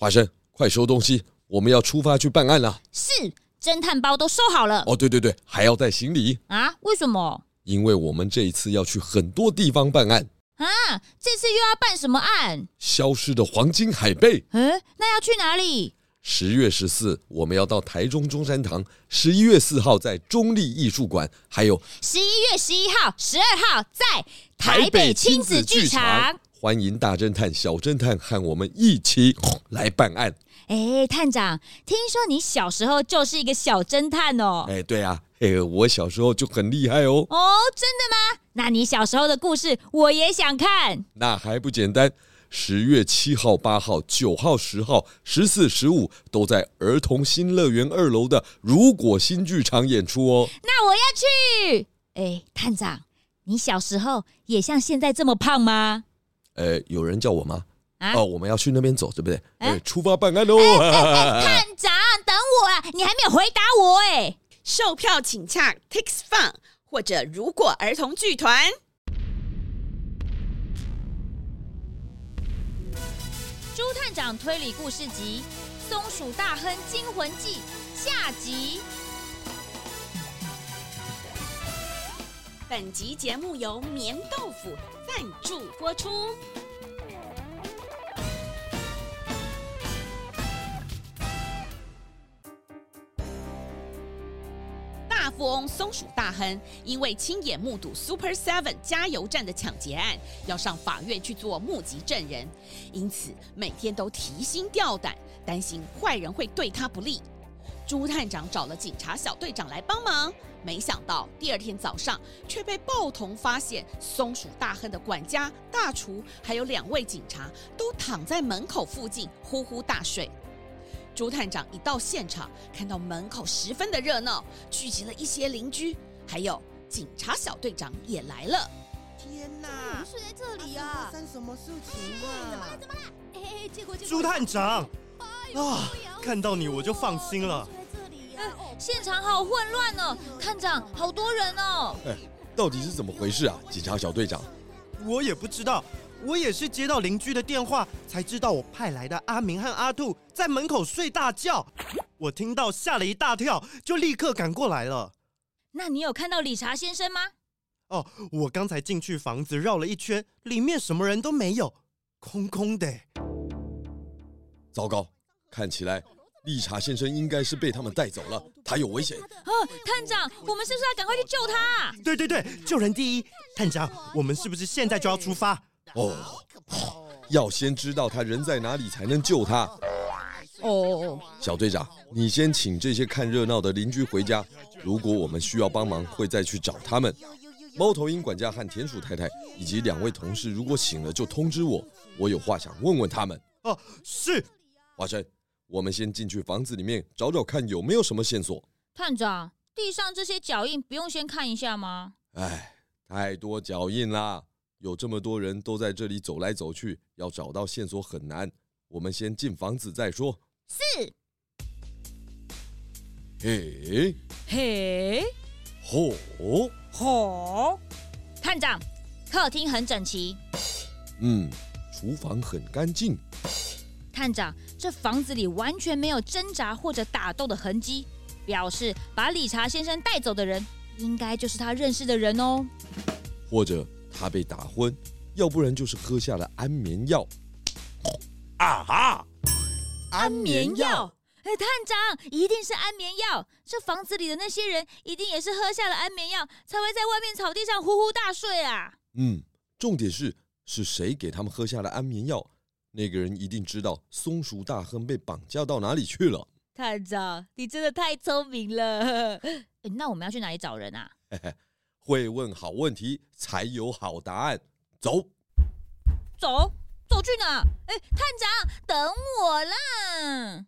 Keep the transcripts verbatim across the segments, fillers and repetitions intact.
华生，快收东西，我们要出发去办案了。 是，侦探包都收好了。 哦，对对对，还要带行李啊？为什么？ 因为我们这一次要去很多地方办案啊！这次又要办什么案？ 消失的黄金海贝。 嗯，那要去哪里？ 十月十四，我们要到台中中山堂；十一月四号在中立艺术馆，还有十一月十一号、十二号在台北亲子剧场。 欢迎大侦探、小侦探和我们一起来办案。 哎，探长，听说你小时候就是一个小侦探哦。 哎，对啊，嘿，我小时候就很厉害哦。 哦，真的吗？那你小时候的故事我也想看。 那还不简单？十月七号、八号、九号、十号、十四、十五都在儿童新乐园二楼的如果新剧场演出哦。 那我要去。哎，探长，你小时候也像现在这么胖吗？ 呃，有人叫我吗？ 啊、 哦，我们要去那边走，对不对？哎、欸，出发办案喽！ 哎哎哎，探长，等我啊！你还没有回答我哎。 售票请洽 Tix Fun 或者如果儿童剧团。 朱探长推理故事集《松鼠大亨惊魂记》下集。 本集节目由棉豆腐赞助播出。大富翁松鼠大亨因为亲眼目睹 Super Seven 加油站的抢劫案，要上法院去做目击证人，因此每天都提心吊胆，担心坏人会对他不利。朱探长找了警察小队长来帮忙，没想到第二天早上却被报童发现，松鼠大亨的管家、大厨还有两位警察都躺在门口附近呼呼大睡。朱探长一到现场，看到门口十分的热闹，聚集了一些邻居，还有警察小队长也来了。 天哪， 我们睡在这里啊！ 发生什么事情啊？ 怎么了？怎么了？哎，结果朱探长啊，看到你我就放心了。 哎，现场好混乱哦，探长，好多人哦。 哎，到底是怎么回事啊？警察小队长， 我也不知道。我也是接到邻居的电话，才知道我派来的阿明和阿兔在门口睡大觉。我听到吓了一大跳，就立刻赶过来了。 那你有看到理查先生吗？ 哦，我刚才进去房子绕了一圈，里面什么人都没有，空空的。 糟糕，看起来理查先生应该是被他们带走了，他有危险。 啊，探长，我们是不是要赶快去救他？ 对对对，救人第一。探长，我们是不是现在就要出发？ 哦，要先知道他人在哪里才能救他。 哦， 小队长，你先请这些看热闹的邻居回家，如果我们需要帮忙，会再去找他们。猫头鹰管家和田鼠太太以及两位同事，如果醒了就通知我，我有话想问问他们。 哦，是。 华生，我们先进去房子里面找找看有没有什么线索。 探长，地上这些脚印不用先看一下吗？ 哎，太多脚印啦。有这么多人都在这里走来走去，要找到线索很难。我们先进房子再说。 是。 嘿， 嘿， 吼， 吼。探长，客厅很整齐。 嗯，厨房很干净。 探长，这房子里完全没有挣扎或者打斗的痕迹，表示把理查先生带走的人，应该就是他认识的人哦。 或者他被打昏，要不然就是喝下了安眠药。啊哈！ 安眠药！哎，探长，一定是安眠药。这房子里的那些人，一定也是喝下了安眠药，才会在外面草地上呼呼大睡啊。 嗯，重点是是谁给他们喝下了安眠药？那个人一定知道松鼠大亨被绑架到哪里去了。 探长，你真的太聪明了。那我们要去哪里找人啊？ 嘿嘿，会问好问题才有好答案。走， 走，走去哪？哎，探长，等我啦！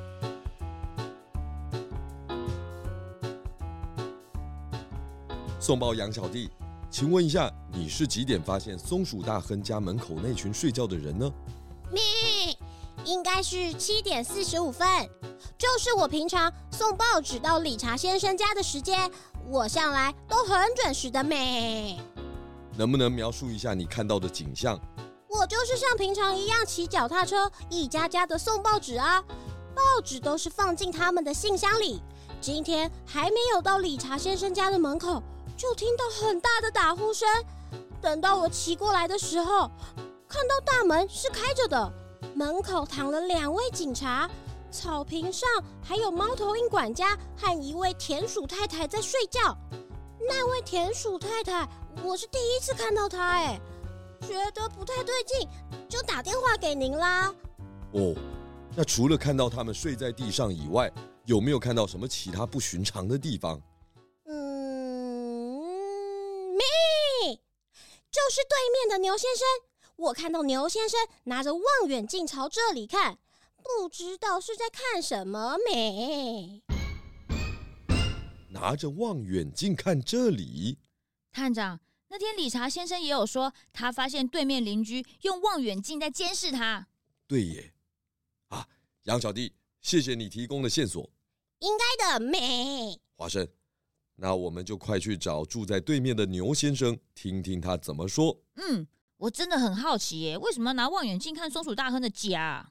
送报杨小弟，请问一下，你是几点发现松鼠大亨家门口那群睡觉的人呢？ 咪，应该是七点四十五分，就是我平常送报纸到理查先生家的时间，我向来都很准时的咩。 能不能描述一下你看到的景象？ 我我就是像平常一样骑脚踏车，一家家的送报纸啊。报纸都是放进他们的信箱里。今天还没有到理查先生家的门口，就听到很大的打呼声。等到我骑过来的时候，看到大门是开着的，门口躺了两位警察，草坪上还有猫头鹰管家和一位田鼠太太在睡觉。那位田鼠太太，我是第一次看到她，哎，觉得不太对劲，就打电话给您啦。 哦，那除了看到他们睡在地上以外，有没有看到什么其他不寻常的地方？ 嗯，没，就是对面的牛先生。我看到牛先生拿着望远镜朝这里看，不知道是在看什么没。 拿着望远镜看这里。 探长，那天理查先生也有说，他发现对面邻居用望远镜在监视他。 对耶。啊，杨小弟，谢谢你提供的线索。 应该的，没。 华生，那我们就快去找住在对面的牛先生，听听他怎么说。 嗯，我真的很好奇耶，为什么要拿望远镜看松鼠大亨的家？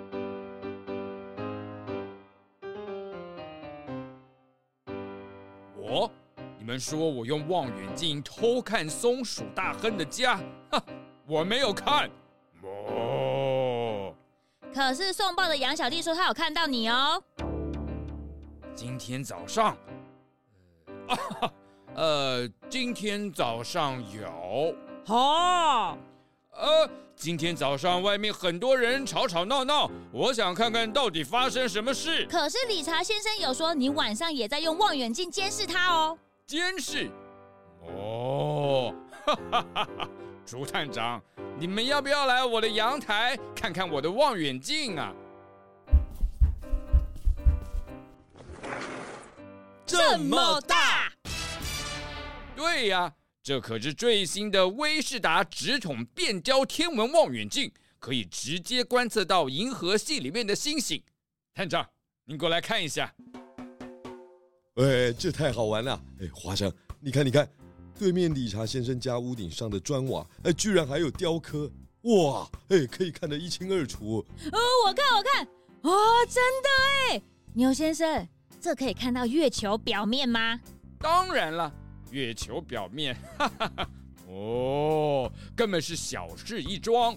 我？你们说我用望远镜偷看松鼠大亨的家？哈，我没有看。哦。 可是送报的杨小弟说他有看到你哦。 今天早上，呃，啊、呃，今天早上有。 哦。 呃，今天早上外面很多人吵吵闹闹，我想看看到底发生什么事。 可是理查先生有说你晚上也在用望远镜监视他哦。 监视？哦，哈哈哈哈！朱探长，你们要不要来我的阳台看看我的望远镜啊？ 这么大？ 对呀。这可是最新的威士达直筒变焦天文望远镜，可以直接观测到银河系里面的星星。探长，您过来看一下。 哎，这太好玩了！哎，华生，你看，你看，对面理查先生家屋顶上的砖瓦，哎，居然还有雕刻，哇，哎，可以看得一清二楚。 哦，我看，我看，哦，真的哎，牛先生，这可以看到月球表面吗？ 当然了。月球表面，哈哈哈！哦，根本是小事一桩。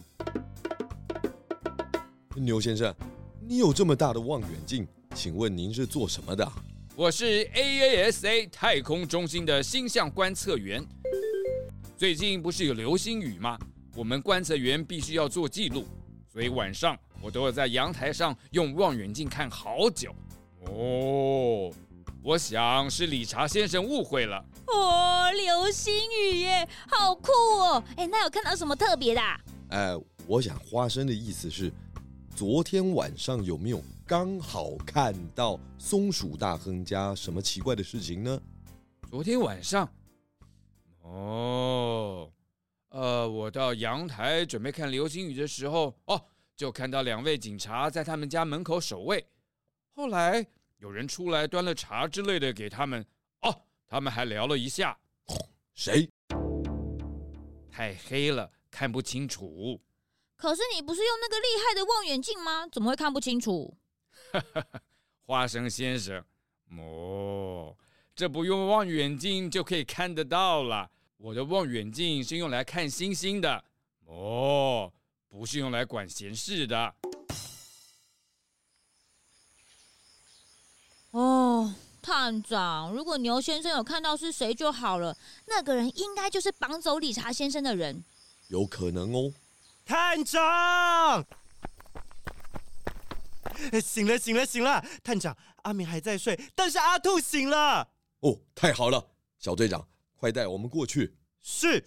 牛先生，你有这么大的望远镜，请问您是做什么的？ 我是 A A S A 太空中心的星象观测员。最近不是有流星雨吗？我们观测员必须要做记录，所以晚上我都要在阳台上用望远镜看好久。哦，我想是理查先生误会了。 哦，流星雨耶，好酷哦！哎，那有看到什么特别的啊？ 哎，我想花生的意思是，昨天晚上有没有刚好看到松鼠大亨家什么奇怪的事情呢？ 昨天晚上，哦，呃，我到阳台准备看流星雨的时候，哦，就看到两位警察在他们家门口守卫。后来有人出来端了茶之类的给他们，哦。他们还聊了一下。 谁？ 太黑了，看不清楚。 可是你不是用那个厉害的望远镜吗？怎么会看不清楚？ 花生先生，哦，这不用望远镜就可以看得到了。我的望远镜是用来看星星的，哦，不是用来管闲事的。 哦。探长，如果牛先生有看到是谁就好了，那个人应该就是绑走理查先生的人。 有可能哦。 探长，醒了醒了醒了！探长，阿明还在睡，但是阿兔醒了。 哦，太好了，小队长，快带我们过去。 是。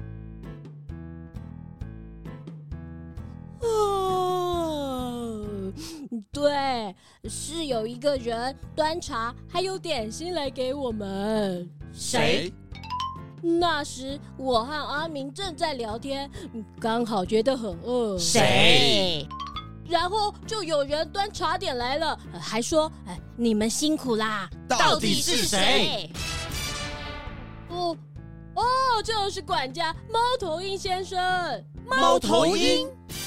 对，是有一个人端茶还有点心来给我们。 谁？ 那时我和阿明正在聊天，刚好觉得很饿。 谁？ 然后就有人端茶点来了，还说：“哎，你们辛苦啦。” 到底是谁？ 哦哦，就是管家猫头鹰先生。 猫头鹰。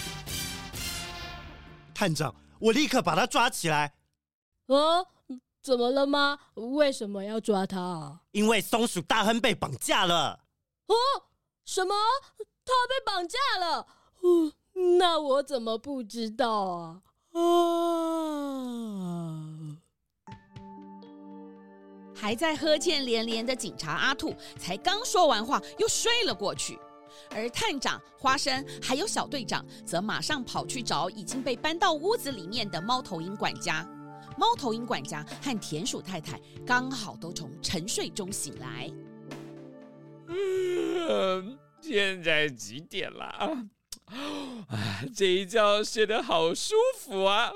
探长，我立刻把他抓起来。 哦，怎么了吗？为什么要抓他啊？ 因为松鼠大亨被绑架了。 哦，什么？他被绑架了？哦，那我怎么不知道啊？啊！ 还在呵欠连连的警察阿兔，才刚说完话，又睡了过去。而探长、花生还有小队长，则马上跑去找已经被搬到屋子里面的猫头鹰管家。猫头鹰管家和田鼠太太刚好都从沉睡中醒来。 嗯，现在几点了啊？啊，这一觉睡得好舒服啊！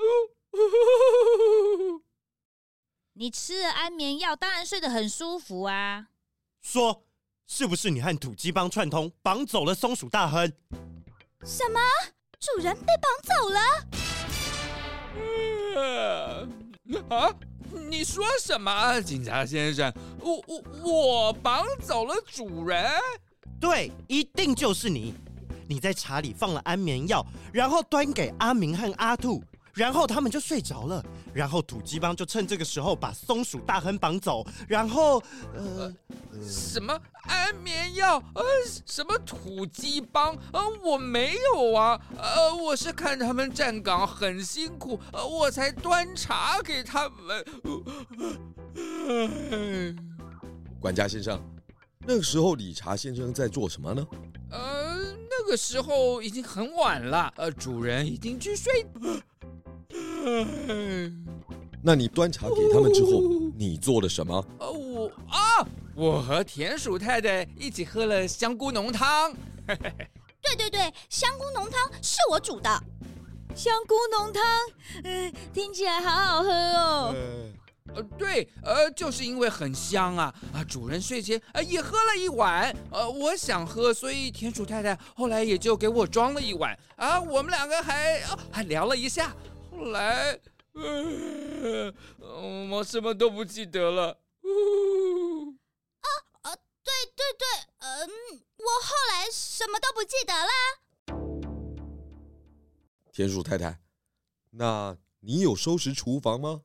你吃了安眠药，当然睡得很舒服啊。 说，是不是你和土鸡帮串通，绑走了松鼠大亨？ 什么？主人被绑走了？ 啊！你说什么，警察先生？我我我绑走了主人？ 对，一定就是你。你在茶里放了安眠药，然后端给阿明和阿兔，然后他们就睡着了。然后土鸡帮就趁这个时候把松鼠大亨绑走，然后呃， 呃什么安眠药？呃，什么土鸡帮？呃，我没有啊。呃，我是看他们站岗很辛苦，呃，我才端茶给他们。 管家先生，那个时候理查先生在做什么呢？ 呃，那个时候已经很晚了，呃，主人已经去睡。 那你端茶给他们之后，你做了什么？ 呃，我啊，我和田鼠太太一起喝了香菇浓汤。 对对对，香菇浓汤是我煮的。 香菇浓汤，嗯、呃，听起来好好喝哦。 呃，对，呃，就是因为很香啊，啊，主人睡前呃也喝了一碗，呃，我想喝，所以田鼠太太后来也就给我装了一碗，啊，我们两个还、啊、还聊了一下，后来，呃，我什么都不记得了。 啊啊，对对对，嗯、呃，我后来什么都不记得啦。 田鼠太太，那你有收拾厨房吗？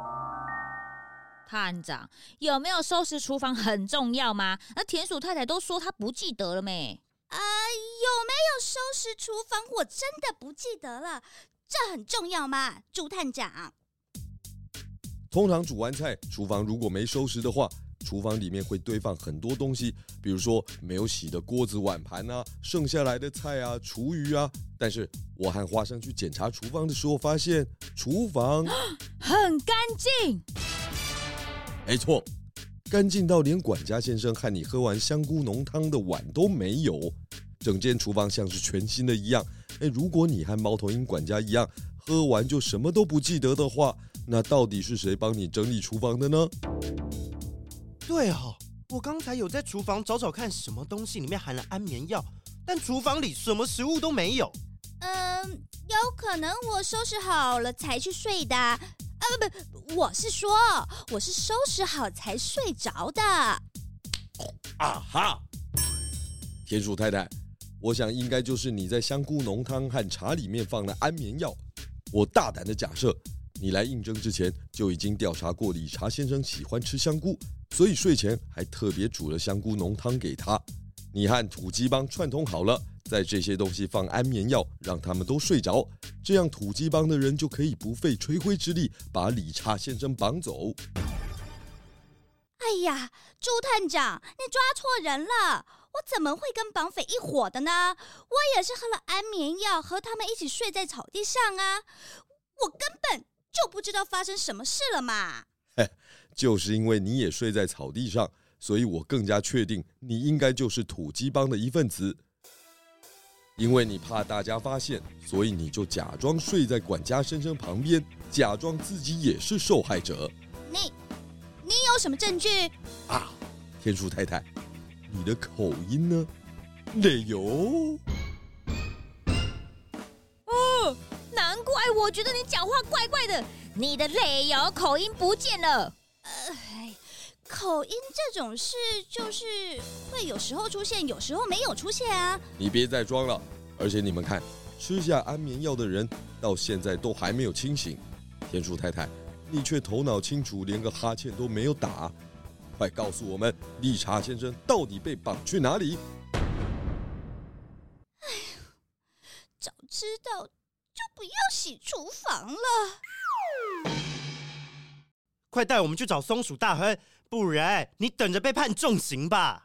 探长，有没有收拾厨房很重要吗？那田鼠太太都说她不记得了没？ 啊、呃，有没有收拾厨房？我真的不记得了，这很重要吗，朱探长？ 通常煮完菜，厨房如果没收拾的话，厨房里面会堆放很多东西，比如说没有洗的锅子、碗盘啊，剩下来的菜啊、厨余啊。但是我和花生去检查厨房的时候，发现厨房很干净。 没错，干净到连管家先生和你喝完香菇浓汤的碗都没有，整间厨房像是全新的一样。哎，如果你和猫头鹰管家一样，喝完就什么都不记得的话，那到底是谁帮你整理厨房的呢？ 对哦，我刚才有在厨房找找看什么东西里面含了安眠药，但厨房里什么食物都没有。 嗯，有可能我收拾好了才去睡的。啊不不，我是说，我是收拾好才睡着的。 啊哈！田鼠太太，我想应该就是你在香菇浓汤和茶里面放了安眠药。我大胆的假设，你来应征之前就已经调查过理查先生喜欢吃香菇，所以睡前还特别煮了香菇浓汤给他。你和土鸡帮串通好了，在这些东西放安眠药，让他们都睡着，这样土鸡帮的人就可以不费吹灰之力把理查先生绑走。 哎呀，朱探长，你抓错人了！我怎么会跟绑匪一伙的呢？我也是喝了安眠药，和他们一起睡在草地上啊！我根本就不知道发生什么事了嘛！ 嘿，就是因为你也睡在草地上，所以我更加确定你应该就是土鸡帮的一份子。因为你怕大家发现，所以你就假装睡在管家先生旁边，假装自己也是受害者。 你，你有什么证据啊？田鼠太太，你的口音呢？累有。 哦，难怪我觉得你讲话怪怪的，你的累油口音不见了。 呃，口音这种事就是会有时候出现，有时候没有出现啊。 你别再装了， 而且你们看，吃下安眠药的人到现在都还没有清醒。田鼠太太，你却头脑清楚，连个哈欠都没有打。快告诉我们，理查先生到底被绑去哪里？ 哎呀，早知道就不要洗厨房了。 快带我们去找松鼠大亨，不然你等着被判重刑吧。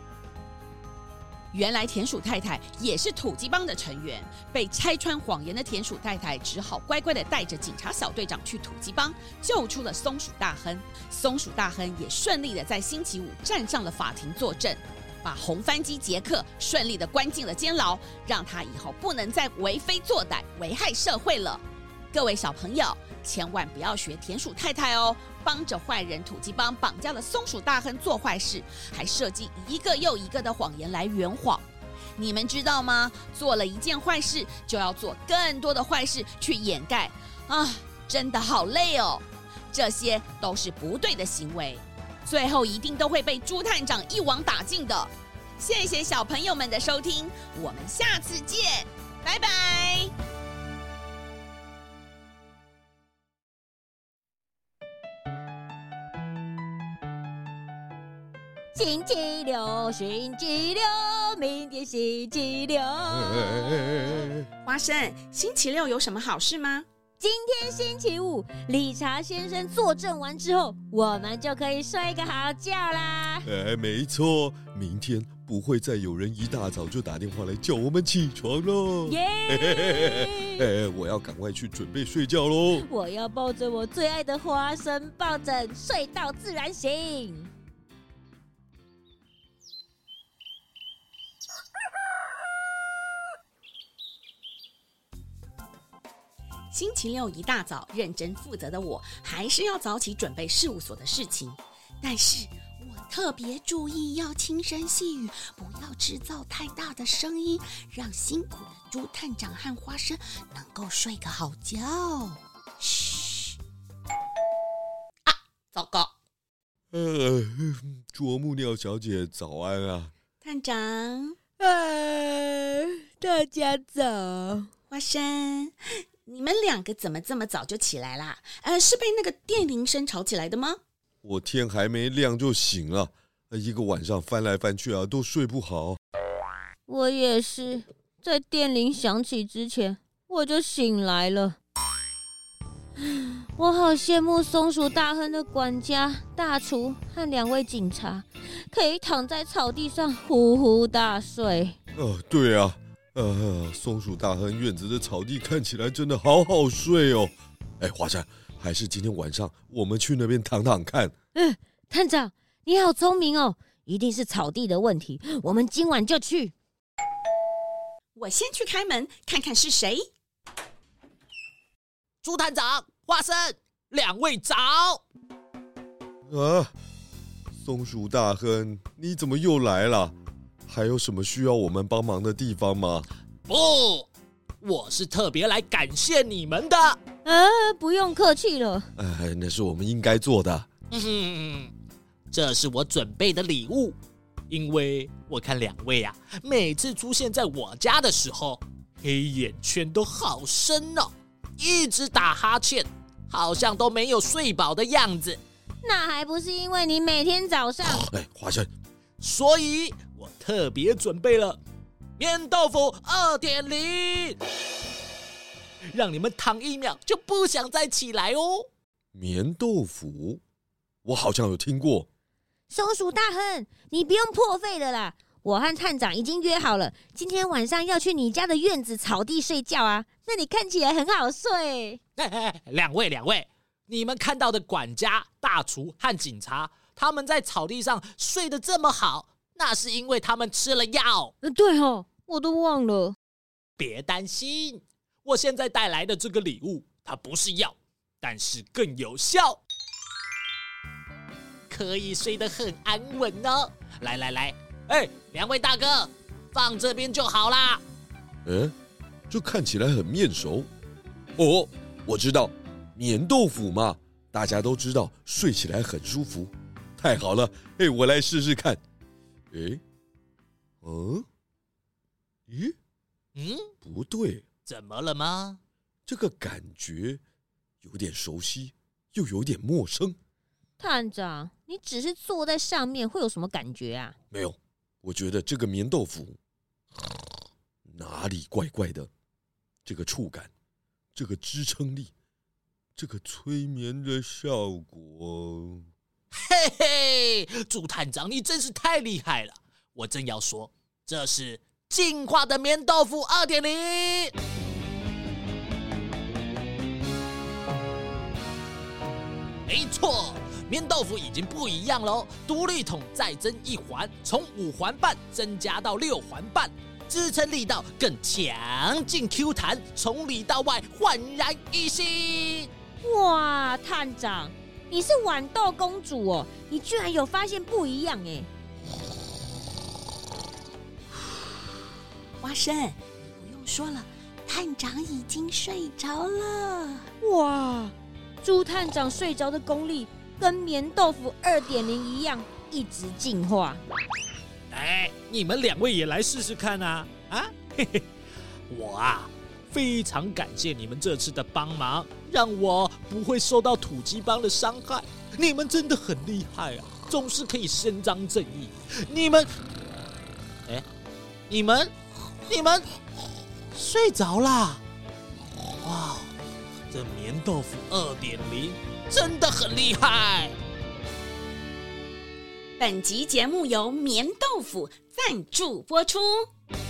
原来田鼠太太也是土鸡帮的成员，被拆穿谎言的田鼠太太只好乖乖的带着警察小队长去土鸡帮，救出了松鼠大亨。松鼠大亨也顺利的在星期五站上了法庭作证，把红番鸡杰克顺利的关进了监牢，让他以后不能再为非作歹，危害社会了。各位小朋友，千万不要学田鼠太太哦，帮着坏人土鸡帮绑架了松鼠大亨做坏事，还设计一个又一个的谎言来圆谎。你们知道吗？做了一件坏事，就要做更多的坏事去掩盖啊，真的好累哦。这些都是不对的行为，最后一定都会被朱探长一网打尽的。谢谢小朋友们的收听，我们下次见，拜拜。 星期六，星期六，明天星期六。 花生，星期六有什么好事吗？ 今天星期五，理查先生作证完之后，我们就可以睡个好觉啦。 哎，没错，明天不会再有人一大早就打电话来叫我们起床喽。 耶！ 哎，我要赶快去准备睡觉喽。 我要抱着我最爱的花生抱枕，睡到自然醒。 星期六一大早，认真负责的我还是要早起准备事务所的事情，但是我特别注意要轻声细语，不要制造太大的声音，让辛苦的朱探长和花生能够睡个好觉。嘘！啊，糟糕！ 呃，啄木鸟小姐早安啊， 探长。 哎，大家早。 花生，你们两个怎么这么早就起来啦？呃，是被那个电铃声吵起来的吗？ 我天还没亮就醒了，一个晚上翻来翻去啊，都睡不好。 我也是，在电铃响起之前我就醒来了。我好羡慕松鼠大亨的管家、大厨和两位警察，可以躺在草地上呼呼大睡。 呃，对啊，呃，松鼠大亨院子的草地看起来真的好好睡哦。哎，华山，还是今天晚上我们去那边躺躺看。 嗯，探长，你好聪明哦，一定是草地的问题，我们今晚就去。 我先去开门，看看是谁。 朱探长、花生，两位早。 啊，松鼠大亨，你怎么又来了？还有什么需要我们帮忙的地方吗？ 不，我是特别来感谢你们的。 啊，不用客气了。 哎，那是我们应该做的。 嗯哼，这是我准备的礼物，因为我看两位啊，每次出现在我家的时候，黑眼圈都好深哦，一直打哈欠，好像都没有睡饱的样子。 那还不是因为你每天早上…… 哎，华生， 所以我特别准备了棉豆腐 二点零， 让你们躺一秒就不想再起来哦。 棉豆腐，我好像有听过。 松鼠大亨，你不用破费了啦，我和探长已经约好了，今天晚上要去你家的院子草地睡觉啊，那里看起来很好睡。 哎哎，两位两位，你们看到的管家、大厨和警察，他们在草地上睡得这么好，那是因为他们吃了药。 呃，对哦，我都忘了。 别担心，我现在带来的这个礼物，它不是药，但是更有效，可以睡得很安稳哦。来来来，哎，两位大哥，放这边就好啦。 哎，这看起来很面熟。哦，我知道，棉豆腐嘛，大家都知道，睡起来很舒服。太好了，哎，我来试试看。哎，嗯，咦， 嗯， 不对， 怎么了吗？ 这个感觉有点熟悉，又有点陌生。 探长，你只是坐在上面，会有什么感觉啊？ 没有，我觉得这个棉豆腐哪里怪怪的。这个触感，这个支撑力，这个催眠的效果。 嘿嘿，朱探长，你真是太厉害了！我正要说，这是进化的棉豆腐 二点零。没错，棉豆腐已经不一样喽，独立筒再增一环，从五环半增加到六环半，支撑力道更强劲 Q 弹，从里到外焕然一新。 哇，探长，你是豌豆公主哦，你居然有发现不一样哎！ 花生，你不用说了，探长已经睡着了。 哇，朱探长睡着的功力跟棉豆腐 二点零 一样，一直进化。 哎，你们两位也来试试看啊！啊，嘿嘿，我啊，非常感谢你们这次的帮忙，让我不会受到土鸡帮的伤害。你们真的很厉害啊，总是可以伸张正义。你们，哎，你们，你们睡着啦？哇，这棉豆腐 二点零 真的很厉害。 本集节目由棉豆腐赞助播出。